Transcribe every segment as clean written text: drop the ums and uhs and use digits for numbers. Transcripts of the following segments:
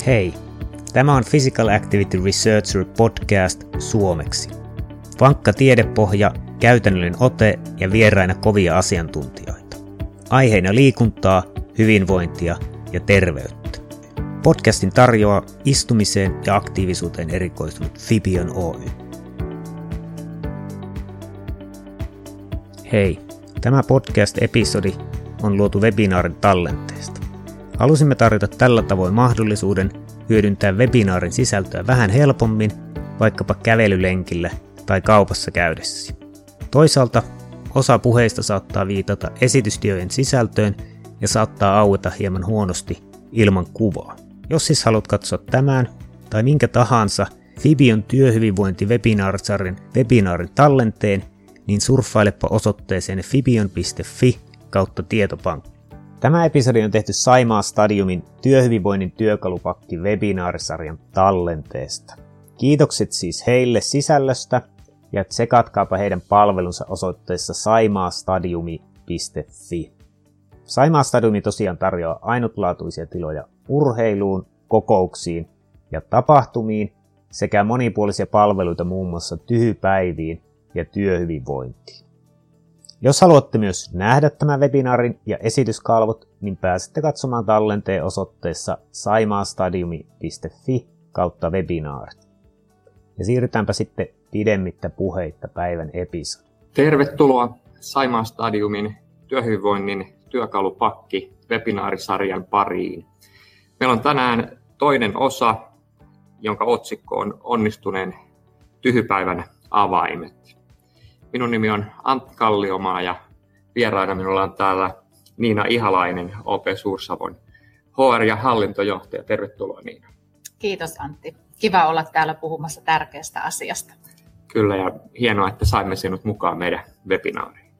Hei, tämä on Physical Activity Researcher podcast suomeksi. Vankka tiedepohja, käytännöllinen ote ja vieraina kovia asiantuntijoita. Aiheina liikuntaa, hyvinvointia ja terveyttä. Podcastin tarjoaa istumiseen ja aktiivisuuteen erikoistunut Fibion Oy. Hei, tämä podcast-episodi on luotu webinaarin tallenteesta. Halusimme tarjota tällä tavoin mahdollisuuden hyödyntää webinaarin sisältöä vähän helpommin, vaikkapa kävelylenkillä tai kaupassa käydessä. Toisaalta osa puheista saattaa viitata esitysdiojen sisältöön ja saattaa aueta hieman huonosti ilman kuvaa. Jos siis haluat katsoa tämän tai minkä tahansa Fibion työhyvinvointi-webinaarisarjan webinaarin tallenteen, niin surffailepa osoitteeseen fibion.fi/tietopankki. Tämä episodi on tehty Saimaa Stadiumin työhyvinvoinnin työkalupakki webinaarisarjan tallenteesta. Kiitokset siis heille sisällöstä ja tsekatkaapa heidän palvelunsa osoitteessa saimaastadiumi.fi. Saimaa Stadiumi tosiaan tarjoaa ainutlaatuisia tiloja urheiluun, kokouksiin ja tapahtumiin sekä monipuolisia palveluita muun muassa tyhypäiviin ja työhyvinvointiin. Jos haluatte myös nähdä tämän webinaarin ja esityskalvot, niin pääsette katsomaan tallenteen osoitteessa saimaastadiumi.fi/webinaarit. Ja siirrytäänpä sitten pidemmittä puheitta päivän episodiin. Tervetuloa Saimaa Stadiumin työhyvinvoinnin työkalupakki webinaarisarjan pariin. Meillä on tänään toinen osa, jonka otsikko on onnistuneen tyhypäivän avaimet. Minun nimi on Antti Kalliomaa ja vieraana minulla on täällä Niina Ihalainen, OP Suur-Savon HR- ja hallintojohtaja. Tervetuloa Niina. Kiitos Antti. Kiva olla täällä puhumassa tärkeästä asiasta. Kyllä ja hienoa, että saimme sinut mukaan meidän webinaariin.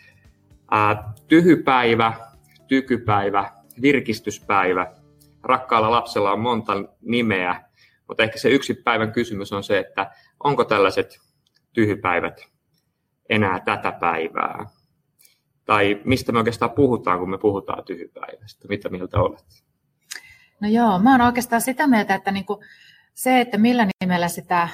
Tyhypäivä, tykypäivä, virkistyspäivä. Rakkaalla lapsella on monta nimeä, mutta ehkä se yksi päivän kysymys on se, että onko tällaiset tyhypäivät enää tätä päivää? Tai mistä me oikeastaan puhutaan, kun me puhutaan tyhypäivästä? Mitä mieltä olet? No joo, mä oon oikeastaan sitä mieltä, että se, että millä nimellä sitä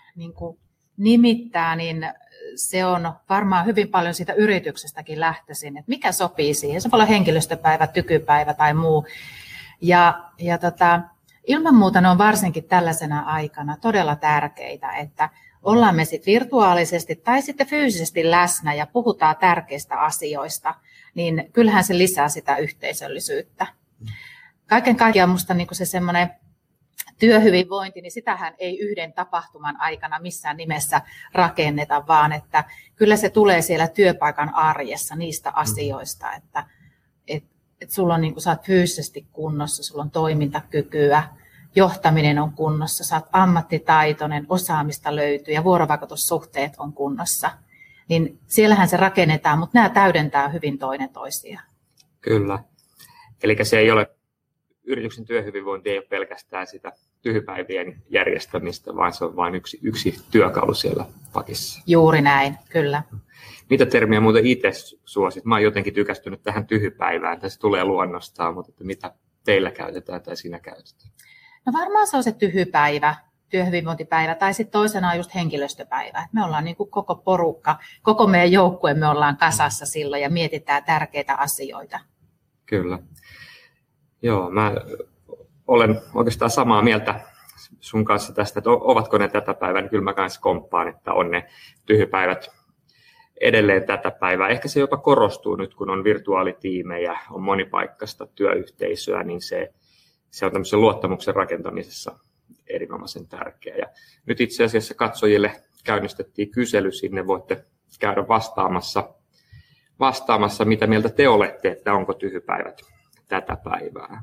nimittää, niin se on varmaan hyvin paljon siitä yrityksestäkin lähtöisin, että mikä sopii siihen. Se voi olla henkilöstöpäivä, tykypäivä tai muu. Ja ilman muuta ne on varsinkin tällaisena aikana todella tärkeitä, että ollaan me sitten virtuaalisesti tai sitten fyysisesti läsnä ja puhutaan tärkeistä asioista, niin kyllähän se lisää sitä yhteisöllisyyttä. Kaiken kaikkiaan minusta se semmoinen työhyvinvointi, niin sitähän ei yhden tapahtuman aikana missään nimessä rakenneta, vaan että kyllä se tulee siellä työpaikan arjessa niistä asioista, että sulla on, sä oot fyysisesti kunnossa, sulla on toimintakykyä, johtaminen on kunnossa, sä oot ammattitaitoinen, osaamista löytyy ja vuorovaikutussuhteet on kunnossa. Niin siellähän se rakennetaan, mutta nämä täydentää hyvin toinen toisiaan. Kyllä. Eli se ei ole, yrityksen työhyvinvointi ei ole pelkästään sitä tyhypäivien järjestämistä, vaan se on vain yksi työkalu siellä pakissa. Juuri näin, kyllä. Mitä termiä muuten itse suosit? Mä oon jotenkin tykästynyt tähän tyhypäivään. Tässä tulee luonnostaan, mutta että mitä teillä käytetään tai sinä käytetään? No varmaan se on se tyhypäivä, työhyvinvointipäivä, tai sitten toisena on just henkilöstöpäivä. Me ollaan koko porukka, koko meidän joukkue me ollaan kasassa silloin ja mietitään tärkeitä asioita. Kyllä. Joo, mä olen oikeastaan samaa mieltä sun kanssa tästä, että ovatko ne tätä päivää, niin kyllä mä kanssa komppaan, että on ne tyhypäivät edelleen tätä päivää. Ehkä se jopa korostuu nyt, kun on virtuaalitiimejä, on monipaikkaista työyhteisöä, niin se on tämmöisen luottamuksen rakentamisessa erinomaisen tärkeä. Ja nyt itse asiassa katsojille käynnistettiin kysely sinne, voitte käydä vastaamassa, mitä mieltä te olette, että onko tyhypäivät tätä päivää.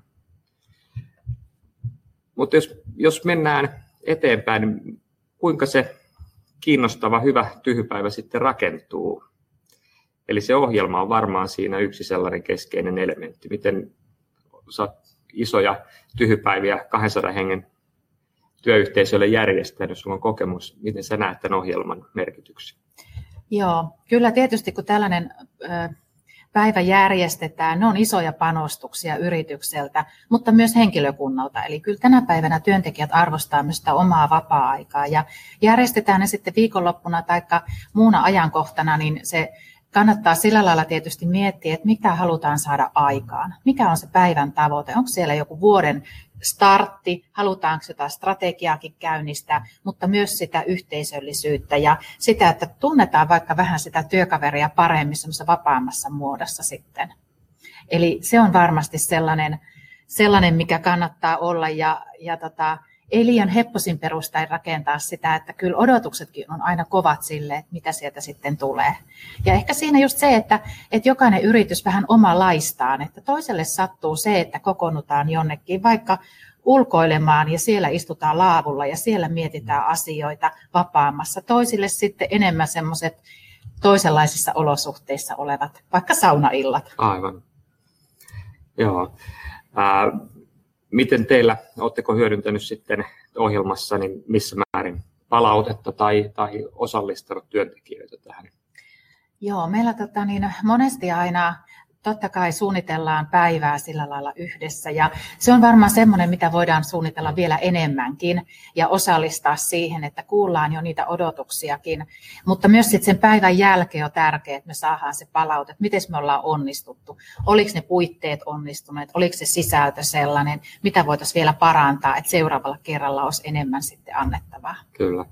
Mutta jos mennään eteenpäin, niin kuinka se kiinnostava, hyvä tyhypäivä sitten rakentuu? Eli se ohjelma on varmaan siinä yksi sellainen keskeinen elementti. Miten saat isoja tyhypäiviä 200 hengen työyhteisölle järjestänyt, sulla on kokemus, miten sä näet tämän ohjelman merkityksen? Joo, kyllä tietysti kun tällainen päivä järjestetään, ne on isoja panostuksia yritykseltä, mutta myös henkilökunnalta. Eli kyllä tänä päivänä työntekijät arvostaa myös sitä omaa vapaa-aikaa ja järjestetään ne sitten viikonloppuna tai muuna ajankohtana, niin se kannattaa sillä lailla tietysti miettiä, että mitä halutaan saada aikaan. Mikä on se päivän tavoite? Onko siellä joku vuoden startti? Halutaanko jotain strategiaakin käynnistää, mutta myös sitä yhteisöllisyyttä ja sitä, että tunnetaan vaikka vähän sitä työkaveria paremmin semmoisessa vapaammassa muodossa sitten. Eli se on varmasti sellainen mikä kannattaa olla ja ei liian hepposin perustein rakentaa sitä, että kyllä odotuksetkin on aina kovat sille, että mitä sieltä sitten tulee. Ja ehkä siinä just se, että jokainen yritys vähän omalaistaan, että toiselle sattuu se, että kokoonnutaan jonnekin vaikka ulkoilemaan ja siellä istutaan laavulla ja siellä mietitään asioita vapaammassa. Toisille sitten enemmän semmoiset toisenlaisissa olosuhteissa olevat, vaikka saunaillat. Aivan. Joo. Miten teillä, oletteko hyödyntänyt sitten ohjelmassa, niin missä määrin palautetta tai osallistanut työntekijöitä tähän? Joo, meillä monesti aina totta kai suunnitellaan päivää sillä lailla yhdessä ja se on varmaan semmoinen, mitä voidaan suunnitella vielä enemmänkin ja osallistaa siihen, että kuullaan jo niitä odotuksiakin, mutta myös sitten sen päivän jälkeen on tärkeää, että me saadaan se palaute, miten me ollaan onnistuttu, oliko ne puitteet onnistuneet, oliko se sisältö sellainen, mitä voitaisiin vielä parantaa, että seuraavalla kerralla olisi enemmän sitten annettavaa. Kyllä.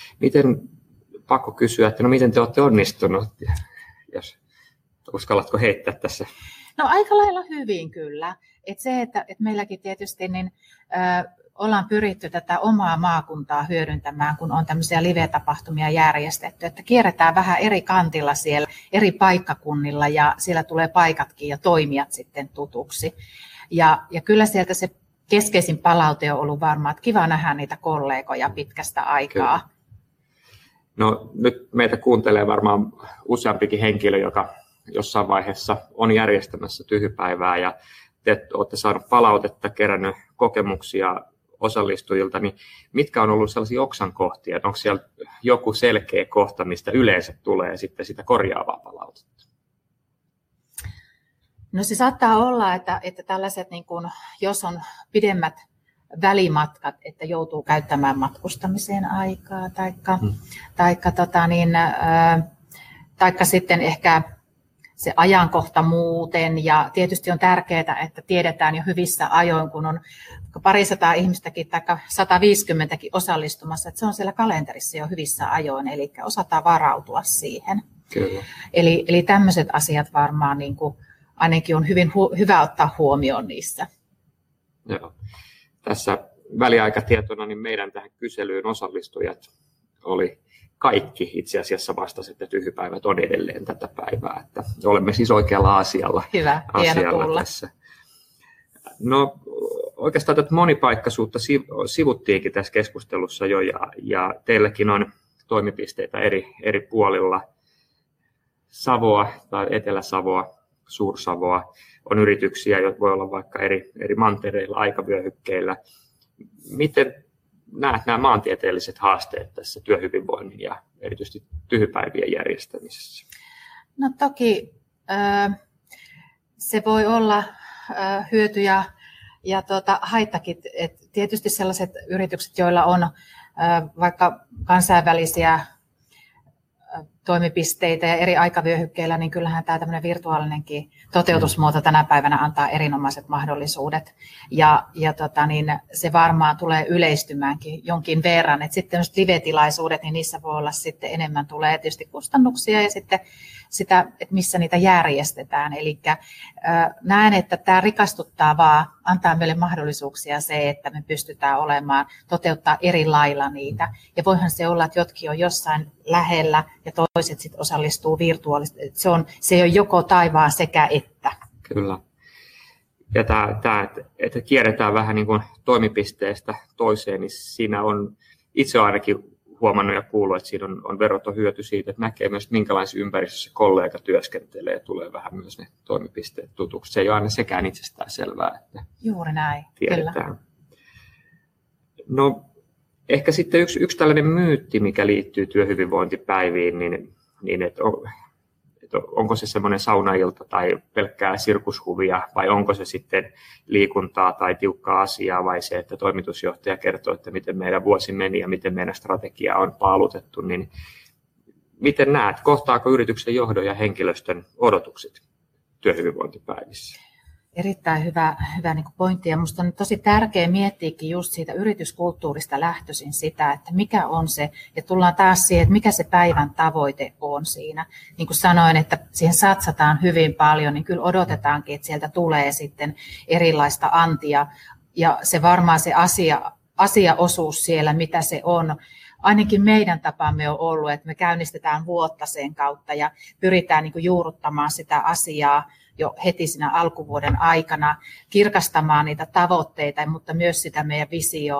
Pakko kysyä, että miten te olette onnistunut, jos uskallatko heittää tässä? No aika lailla hyvin kyllä. Että meilläkin tietysti ollaan pyritty tätä omaa maakuntaa hyödyntämään, kun on tämmöisiä live-tapahtumia järjestetty, että kierretään vähän eri kantilla siellä, eri paikkakunnilla ja siellä tulee paikatkin ja toimijat sitten tutuksi. Ja kyllä sieltä se keskeisin palaute on ollut varmaan, että kiva nähdä niitä kollegoja pitkästä aikaa. Kyllä. No nyt meitä kuuntelee varmaan useampikin henkilö, joka jossain vaiheessa on järjestämässä tyhjypäivää ja te olette saaneet palautetta, kerännyt kokemuksia osallistujilta, niin mitkä on ollut sellaisia oksankohtia? Onko siellä joku selkeä kohta, mistä yleensä tulee sitten sitä korjaavaa palautetta? No se saattaa olla, että tällaiset, niin kun, jos on pidemmät välimatkat, että joutuu käyttämään matkustamiseen aikaa, taikka sitten ehkä se ajankohta muuten, ja tietysti on tärkeää, että tiedetään jo hyvissä ajoin, kun on parisataa ihmistäkin tai 150kin osallistumassa, että se on siellä kalenterissa jo hyvissä ajoin, eli osataan varautua siihen. Kyllä. Eli tämmöiset asiat varmaan niin kuin ainakin on hyvä ottaa huomioon niissä. Joo. Tässä väliaikatietona niin meidän tähän kyselyyn osallistujat oli kaikki itse asiassa vastasivat, että tyhjypäivät on edelleen tätä päivää. Että olemme siis oikealla asialla. Hyvä, hieno kuulla. Tässä. No oikeastaan tätä monipaikkaisuutta sivuttiinkin tässä keskustelussa jo, ja teilläkin on toimipisteitä eri puolilla Savoa tai Etelä-Savoa, Suur-Savoa. On yrityksiä, jotka voi olla vaikka eri mantereilla, aikavyöhykkeillä. Miten näet nämä maantieteelliset haasteet tässä työhyvinvoinnin ja erityisesti tyhjypäivien järjestämisessä? No toki se voi olla hyöty ja haittakin. Et tietysti sellaiset yritykset, joilla on vaikka kansainvälisiä toimipisteitä ja eri aikavyöhykkeillä, niin kyllähän tämä tämmöinen virtuaalinenkin toteutusmuoto tänä päivänä antaa erinomaiset mahdollisuudet. Ja se varmaan tulee yleistymäänkin jonkin verran. Et sitten live-tilaisuudet, niin niissä voi olla sitten enemmän tulee tietysti kustannuksia ja sitten sitä, että missä niitä järjestetään. Eli näen, että tämä rikastuttaa vaan, antaa meille mahdollisuuksia se, että me pystytään toteuttaa eri lailla niitä. Ja voihan se olla, että jotkin on jossain lähellä ja toiset sitten osallistuu virtuaalisesti. Se ei ole joko taivaan sekä että. Kyllä. Ja tämä, että kierretään vähän niin kuin toimipisteestä toiseen, niin siinä on itse ainakin huomannut ja kuullut, että siinä on veroton hyöty siitä, että näkee myös, minkälaisessa ympäristössä kollega työskentelee ja tulee vähän myös ne toimipisteet tutuksi. Se ei ole aina sekään itsestään selvää, että juuri näin, tiedetään. Kyllä. No ehkä sitten yksi tällainen myytti, mikä liittyy työhyvinvointipäiviin, niin että että onko se semmoinen saunailta tai pelkkää sirkushuvia, vai onko se sitten liikuntaa tai tiukkaa asiaa, vai se, että toimitusjohtaja kertoo, että miten meidän vuosi meni ja miten meidän strategia on paalutettu, niin miten näet, kohtaako yrityksen johdon ja henkilöstön odotukset työhyvinvointipäivissä? Erittäin hyvä niin kuin pointti, ja minusta on tosi tärkeää miettiäkin just siitä yrityskulttuurista lähtöisin sitä, että mikä on se, ja tullaan taas siihen, että mikä se päivän tavoite on siinä. Niin kuin sanoin, että siihen satsataan hyvin paljon, niin kyllä odotetaankin, että sieltä tulee sitten erilaista antia, ja se varmaan se asiaosuus siellä, mitä se on. Ainakin meidän tapamme on ollut, että me käynnistetään vuotta sen kautta ja pyritään niin kuin juurruttamaan sitä asiaa jo heti siinä alkuvuoden aikana, kirkastamaan niitä tavoitteita, mutta myös sitä meidän visioa.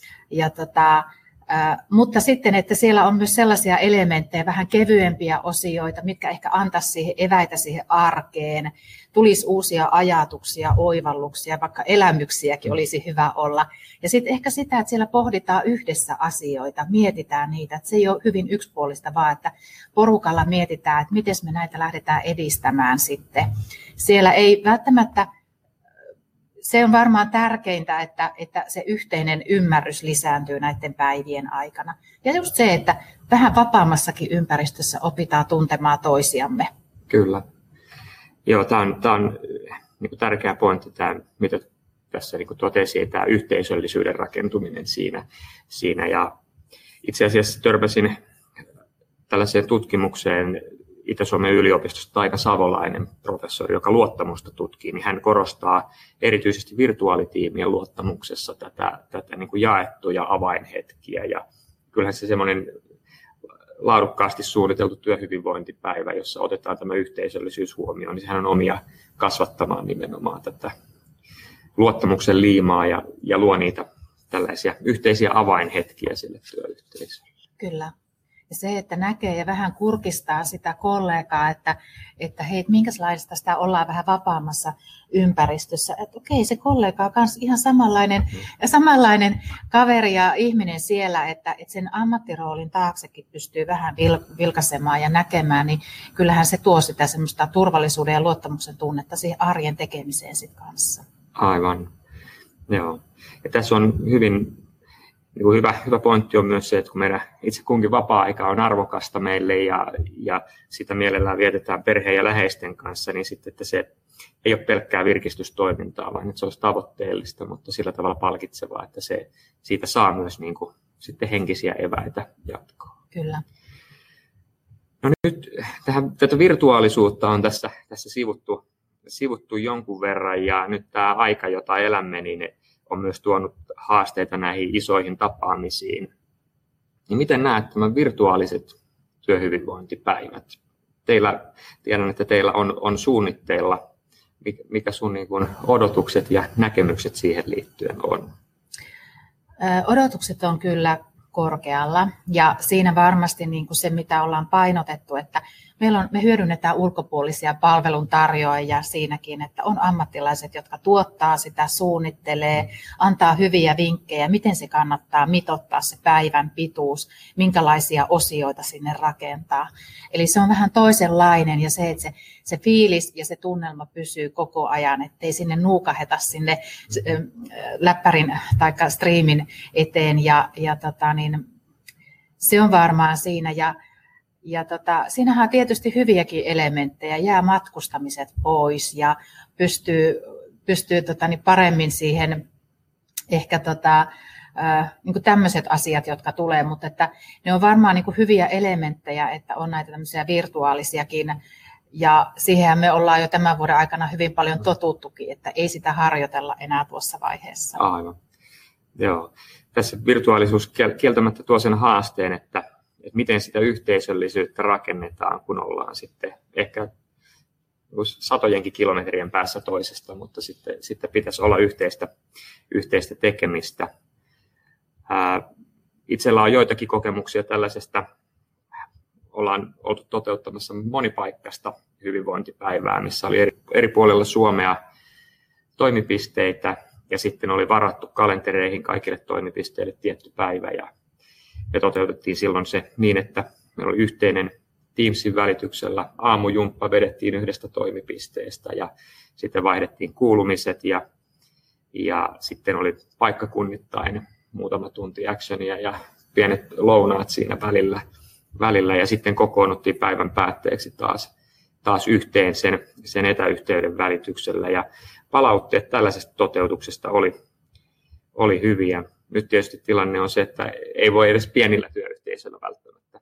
Mutta sitten, että siellä on myös sellaisia elementtejä, vähän kevyempiä osioita, mitkä ehkä antaisi siihen eväitä siihen arkeen. Tulisi uusia ajatuksia, oivalluksia, vaikka elämyksiäkin olisi hyvä olla. Ja sitten ehkä sitä, että siellä pohditaan yhdessä asioita, mietitään niitä. Että se ei ole hyvin yksipuolista, vaan että porukalla mietitään, että miten me näitä lähdetään edistämään sitten. Siellä ei välttämättä... Se on varmaan tärkeintä, että se yhteinen ymmärrys lisääntyy näiden päivien aikana. Ja just se, että vähän vapaammassakin ympäristössä opitaan tuntemaan toisiamme. Kyllä. Joo, tämä on niin kuin tärkeä pointti, tämä, mitä tässä niin kuin totesin, tämä yhteisöllisyyden rakentuminen siinä. Ja itse asiassa törmäsin tällaiseen tutkimukseen Itä-Suomen yliopistosta Taika Savolainen professori, joka luottamusta tutkii, niin hän korostaa erityisesti virtuaalitiimien luottamuksessa tätä niin kuin jaettuja avainhetkiä. Ja kyllähän se semmoinen laadukkaasti suunniteltu työhyvinvointipäivä, jossa otetaan tämä yhteisöllisyys huomioon, niin sehän on omia kasvattamaan nimenomaan tätä luottamuksen liimaa ja luo niitä tällaisia yhteisiä avainhetkiä sille työyhteisölle. Kyllä. Ja se, että näkee ja vähän kurkistaa sitä kollegaa, että hei, minkälaista sitä ollaan vähän vapaammassa ympäristössä. Että okei, se kollega on myös ihan samanlainen kaveri ja ihminen siellä, että sen ammattiroolin taaksekin pystyy vähän vilkaisemaan ja näkemään, niin kyllähän se tuo sitä semmoista turvallisuuden ja luottamuksen tunnetta siihen arjen tekemiseen sit kanssa. Aivan, joo. Ja tässä on niin hyvä pointti on myös se, että kun meidän itse kunkin vapaa-aika on arvokasta meille ja sitä mielellään vietetään perheen ja läheisten kanssa, niin sitten, että se ei ole pelkkää virkistystoimintaa, vaan että se olisi tavoitteellista, mutta sillä tavalla palkitsevaa, että siitä saa myös niin kuin sitten henkisiä eväitä jatkoa. Kyllä. No nyt tätä virtuaalisuutta on tässä sivuttu jonkun verran, ja nyt tämä aika, jota elämme, niin on myös tuonut haasteita näihin isoihin tapaamisiin. Niin miten näet nämä virtuaaliset työhyvinvointipäivät? Tiedän, että teillä on suunnitteilla. Mikä sun niin kuin odotukset ja näkemykset siihen liittyen on? Odotukset on kyllä korkealla, ja siinä varmasti niin kuin se, mitä ollaan painotettu, että me hyödynnetään ulkopuolisia palveluntarjoajia siinäkin, että on ammattilaiset, jotka tuottaa sitä, suunnittelee, antaa hyviä vinkkejä, miten se kannattaa mitoittaa se päivän pituus, minkälaisia osioita sinne rakentaa. Eli se on vähän toisenlainen, ja se, että se fiilis ja se tunnelma pysyy koko ajan, ettei sinne nuukaheta sinne läppärin tai striimin eteen, se on varmaan siinä. Siinähän on tietysti hyviäkin elementtejä, jää matkustamiset pois ja pystyy paremmin siihen ehkä niin kuin tämmöiset asiat, jotka tulee, mutta että ne on varmaan niin kuin hyviä elementtejä, että on näitä tämmöisiä virtuaalisiakin, ja siihen me ollaan jo tämän vuoden aikana hyvin paljon totuttukin, että ei sitä harjoitella enää tuossa vaiheessa. Aivan, joo. Tässä virtuaalisuus kieltämättä tuo sen haasteen, että miten sitä yhteisöllisyyttä rakennetaan, kun ollaan sitten ehkä satojenkin kilometrien päässä toisesta, mutta sitten pitäisi olla yhteistä tekemistä. Itsellä on joitakin kokemuksia tällaisesta. Ollaan oltu toteuttamassa monipaikkaista hyvinvointipäivää, missä oli eri puolilla Suomea toimipisteitä, ja sitten oli varattu kalentereihin kaikille toimipisteille tietty päivä, ja me toteutettiin silloin se niin, että meillä oli Teamsin välityksellä aamujumppa vedettiin yhdestä toimipisteestä ja sitten vaihdettiin kuulumiset ja sitten oli paikkakunnittain muutama tunti actionia ja pienet lounaat siinä välillä ja sitten kokoonnuttiin päivän päätteeksi taas yhteen sen etäyhteyden välityksellä ja palautteet tällaisesta toteutuksesta oli hyviä. Nyt tietysti tilanne on se, että ei voi edes pienillä työyhteisöillä välttämättä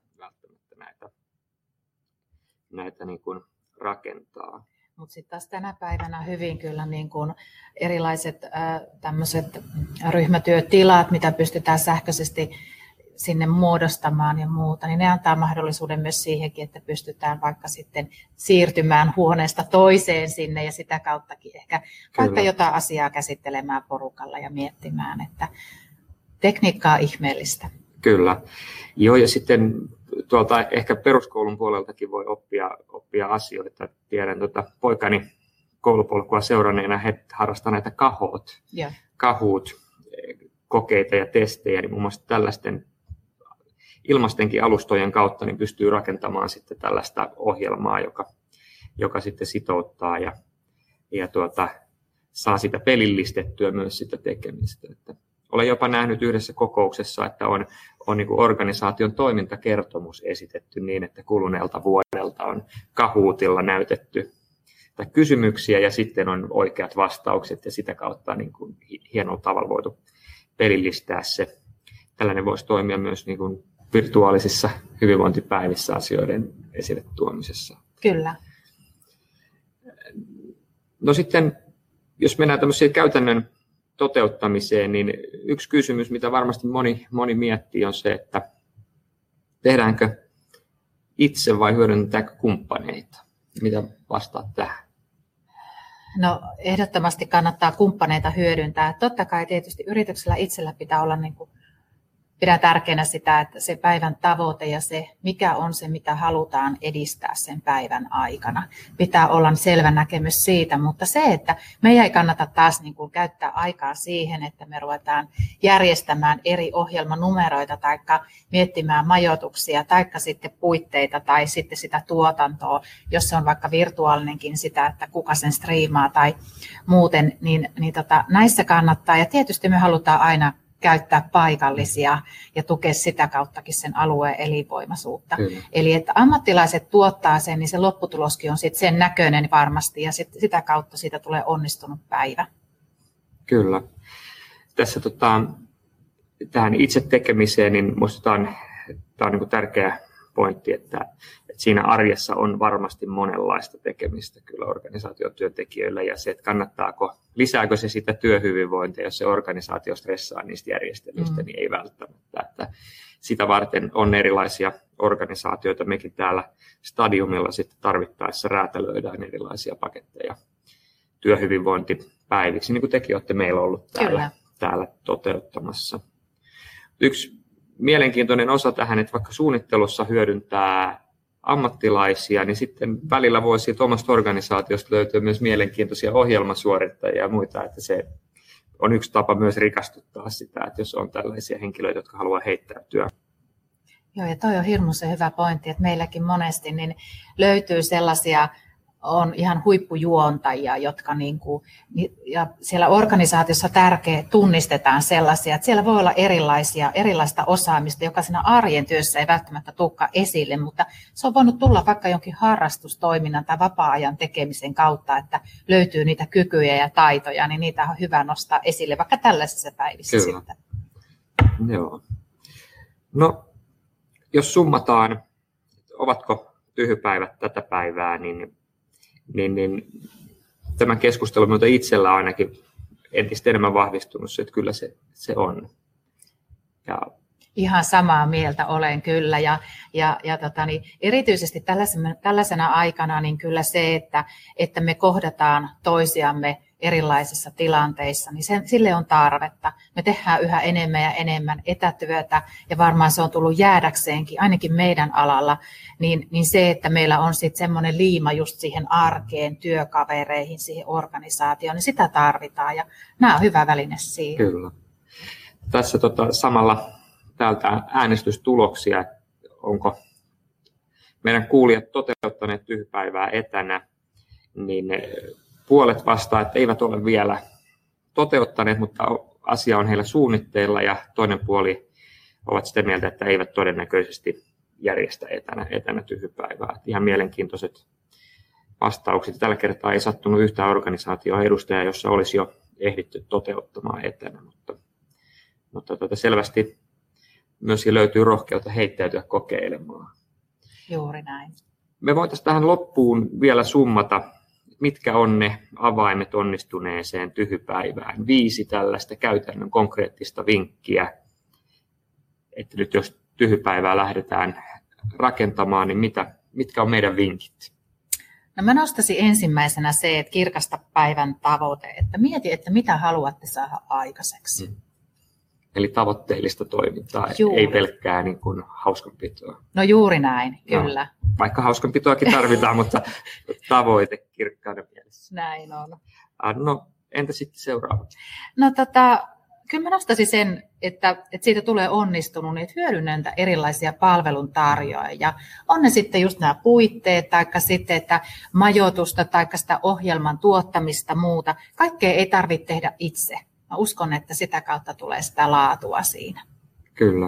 näitä niin kuin rakentaa. Mutta sitten taas tänä päivänä hyvin kyllä niin kun erilaiset tämmöiset ryhmätyötilat, mitä pystytään sähköisesti sinne muodostamaan ja muuta, niin ne antaa mahdollisuuden myös siihenkin, että pystytään vaikka sitten siirtymään huoneesta toiseen sinne ja sitä kauttakin ehkä vaikka jotain asiaa käsittelemään porukalla ja miettimään, että tekniikka on ihmeellistä. Kyllä. Joo, ja sitten tuolta ehkä peruskoulun puoleltakin voi oppia asioita. Tiedän poikani koulupolkua seuranneena, he harrastaa näitä Kahoot, kokeita ja testejä, niin muun muassa tällaisten ilmaistenkin alustojen kautta niin pystyy rakentamaan sitten tällaista ohjelmaa, joka sitten sitouttaa ja saa sitä pelillistettyä myös sitä tekemistä. Että olen jopa nähnyt yhdessä kokouksessa, että on niin kuin organisaation toimintakertomus esitetty niin, että kuluneelta vuodelta on Kahootilla näytetty tai kysymyksiä ja sitten on oikeat vastaukset ja sitä kautta niin kuin hienolla tavalla voitu pelillistää se. Tällainen voisi toimia myös niin kuin virtuaalisissa hyvinvointipäivissä asioiden esille tuomisessa. Kyllä. No sitten, jos mennään tämmöiseen käytännön toteuttamiseen, niin yksi kysymys, mitä varmasti moni miettii, on se, että tehdäänkö itse vai hyödynnetäänkö kumppaneita? Mitä vastaat tähän? No ehdottomasti kannattaa kumppaneita hyödyntää. Totta kai tietysti yrityksellä itsellä pitää olla pidän tärkeänä sitä, että se päivän tavoite ja se, mikä on se, mitä halutaan edistää sen päivän aikana. Pitää olla selvä näkemys siitä, mutta se, että meidän ei kannata taas käyttää aikaa siihen, että me ruvetaan järjestämään eri ohjelmanumeroita tai miettimään majoituksia tai sitten puitteita tai sitten sitä tuotantoa, jos se on vaikka virtuaalinenkin sitä, että kuka sen striimaa tai muuten, niin näissä kannattaa. Ja tietysti me halutaan aina käyttää paikallisia ja tukea sitä kauttakin sen alueen elinvoimaisuutta. Kyllä. Eli että ammattilaiset tuottaa sen, niin se lopputuloskin on sitten sen näköinen varmasti ja sitä kautta siitä tulee onnistunut päivä. Kyllä. Tässä tähän itse tekemiseen, niin minusta tämä on niin tärkeä pointti, että siinä arjessa on varmasti monenlaista tekemistä kyllä organisaatiotyöntekijöillä ja se, että lisääkö se sitä työhyvinvointia, jos se organisaatio stressaa niistä järjestelyistä, niin ei välttämättä. Että sitä varten on erilaisia organisaatioita. Mekin täällä Stadiumilla sitten tarvittaessa räätälöidään erilaisia paketteja työhyvinvointipäiviksi, niin kuin tekin olette meillä ollut täällä toteuttamassa. Yksi mielenkiintoinen osa tähän, että vaikka suunnittelussa hyödyntää ammattilaisia, niin sitten välillä voi siitä omasta organisaatiosta löytyä myös mielenkiintoisia ohjelmasuorittajia ja muita, että se on yksi tapa myös rikastuttaa sitä, että jos on tällaisia henkilöitä, jotka haluaa heittäytyä. Joo, ja toi on hirmuisen hyvä pointti, että meilläkin monesti niin löytyy sellaisia on ihan huippujuontajia, jotka ja siellä organisaatiossa tärkeä tunnistetaan sellaisia, että siellä voi olla erilaista osaamista, joka siinä arjen työssä ei välttämättä tulekaan esille, mutta se on voinut tulla vaikka jonkin harrastustoiminnan tai vapaa-ajan tekemisen kautta, että löytyy niitä kykyjä ja taitoja, niin niitä on hyvä nostaa esille vaikka tällaisissa päivissä. Kyllä. Sitten. Joo. No, jos summataan, ovatko tyhjypäivät tätä päivää, niin tämä keskustelu minulta itsellä on ainakin entistä enemmän vahvistunut, että kyllä se on. Ja ihan samaa mieltä olen kyllä ja erityisesti tällaisena aikana niin kyllä se, että me kohdataan toisiamme erilaisissa tilanteissa, niin sille on tarvetta. Me tehdään yhä enemmän ja enemmän etätyötä ja varmaan se on tullut jäädäkseenkin, ainakin meidän alalla, niin se, että meillä on sitten semmoinen liima just siihen arkeen, työkavereihin, siihen organisaatioon, niin sitä tarvitaan ja nämä on hyvä väline siihen. Kyllä. Tässä samalla täältä äänestystuloksia, onko meidän kuulijat toteuttaneet tyhjypäivää etänä, niin puolet vastaa, että eivät ole vielä toteuttaneet, mutta asia on heillä suunnitteilla, ja toinen puoli ovat sitä mieltä, että eivät todennäköisesti järjestä etänä tyhjypäivää. Ihan mielenkiintoiset vastaukset. Tällä kertaa ei sattunut yhtään organisaation edustajaa, jossa olisi jo ehditty toteuttamaan etänä, mutta selvästi myöskin löytyy rohkeutta heittäytyä kokeilemaan. Juuri näin. Me voitaisiin tähän loppuun vielä summata, mitkä on ne avaimet onnistuneeseen tyhjypäivään. 5 tällaista käytännön konkreettista vinkkiä, että nyt jos tyhjypäivää lähdetään rakentamaan, niin mitkä on meidän vinkit? No mä nostaisin ensimmäisenä se, että kirkasta päivän tavoite, että mieti, että mitä haluatte saada aikaiseksi. Eli tavoitteellista toimintaa, Juuri. Ei pelkkää niin kuin hauskanpitoa. No juuri näin, kyllä. No, vaikka hauskanpitoakin tarvitaan, mutta tavoite kirkkaana mielessä. Näin on. No, entä sitten seuraava? No kyllä mä nostaisin sen, että siitä tulee onnistunut, niin että hyödynnäntä erilaisia palveluntarjoajia. On ne sitten just nämä puitteet, tai sitten että majoitusta, tai sitä ohjelman tuottamista, muuta. Kaikkea ei tarvitse tehdä itse. Mä uskon, että sitä kautta tulee sitä laatua siinä. Kyllä.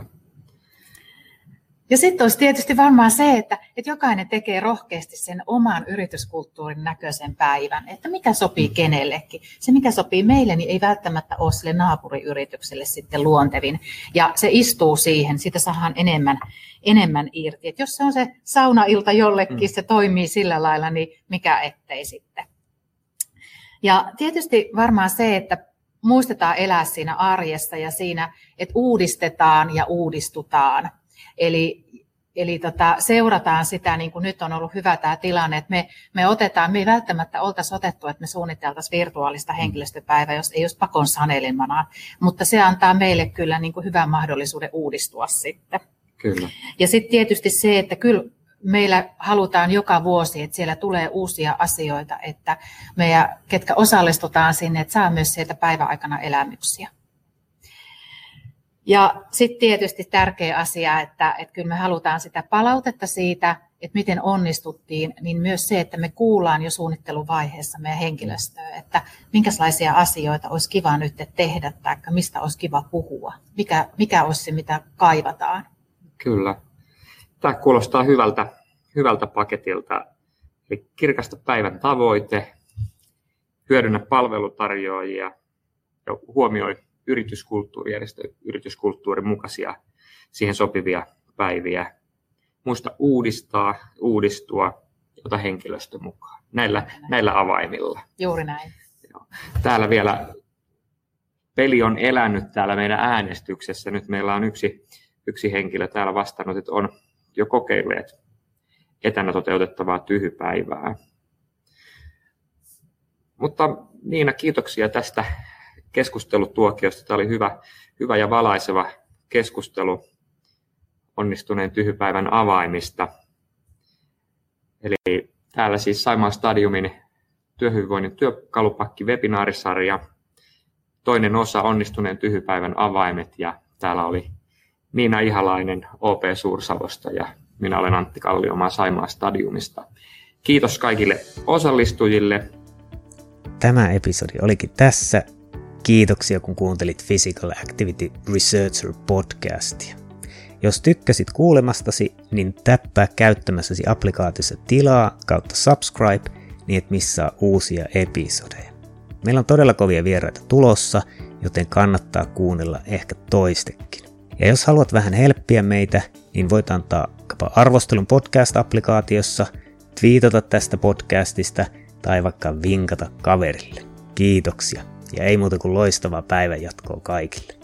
Ja sitten olisi tietysti varmaan se, että jokainen tekee rohkeasti sen oman yrityskulttuurin näköisen päivän, että mikä sopii kenellekin. Se, mikä sopii meille, niin ei välttämättä ole sille naapuriyritykselle sitten luontevin. Ja se istuu siihen, sitä saadaan enemmän irti. Et jos se on se saunailta jollekin, se toimii sillä lailla, niin mikä ettei sitten. Ja tietysti varmaan se, että muistetaan elää siinä arjessa ja siinä, että uudistetaan ja uudistutaan. Eli seurataan sitä, niin kuin nyt on ollut hyvä tämä tilanne, että me ei välttämättä oltaisi otettu, että me suunniteltaisiin virtuaalista henkilöstöpäivää, jos ei olisi pakon sanelemana, mutta se antaa meille kyllä niin kuin hyvän mahdollisuuden uudistua sitten. Kyllä. Ja sitten tietysti se, että kyllä meillä halutaan joka vuosi, että siellä tulee uusia asioita, että meidän, ketkä osallistutaan sinne, että saa myös sieltä päiväaikana elämyksiä. Ja sitten tietysti tärkeä asia, että kyllä me halutaan sitä palautetta siitä, että miten onnistuttiin, niin myös se, että me kuullaan jo suunnitteluvaiheessa meidän henkilöstöä, että minkälaisia asioita olisi kiva nyt tehdä tai mistä olisi kiva puhua, mikä olisi se, mitä kaivataan. Kyllä. Tämä kuulostaa hyvältä paketilta. Eli kirkasta päivän tavoite, hyödynnä palvelutarjoajia ja huomioi järjestö yrityskulttuurin mukaisia siihen sopivia päiviä. Muista uudistua, ota henkilöstö mukaan. Näillä avaimilla. Juuri näin. Joo. Täällä vielä peli on elänyt täällä meidän äänestyksessä. Nyt meillä on yksi henkilö täällä vastannut, että on jo kokeilleet etänä toteutettavaa tyhjypäivää. Mutta Niina, kiitoksia tästä keskustelutuokiosta. Tämä oli hyvä ja valaiseva keskustelu onnistuneen tyhjypäivän avaimista. Eli täällä siis Saimaan Stadiumin työhyvinvoinnin työkalupakki-webinaarisarja. Toinen osa onnistuneen tyhjypäivän avaimet, ja täällä oli Niina Ihalainen OP Suursavosta ja minä olen Antti Kalliomaa Saimaan Stadiumista. Kiitos kaikille osallistujille. Tämä episodi olikin tässä. Kiitoksia, kun kuuntelit Physical Activity Researcher podcastia. Jos tykkäsit kuulemastasi, niin täppää käyttämässäsi applikaatiossa tilaa kautta subscribe, niin et missaa uusia episodeja. Meillä on todella kovia vieraita tulossa, joten kannattaa kuunnella ehkä toistekin. Ja jos haluat vähän helppiä meitä, niin voit antaa arvostelun podcast-applikaatiossa, twiitata tästä podcastista tai vaikka vinkata kaverille. Kiitoksia ja ei muuta kuin loistavaa päivänjatkoa kaikille.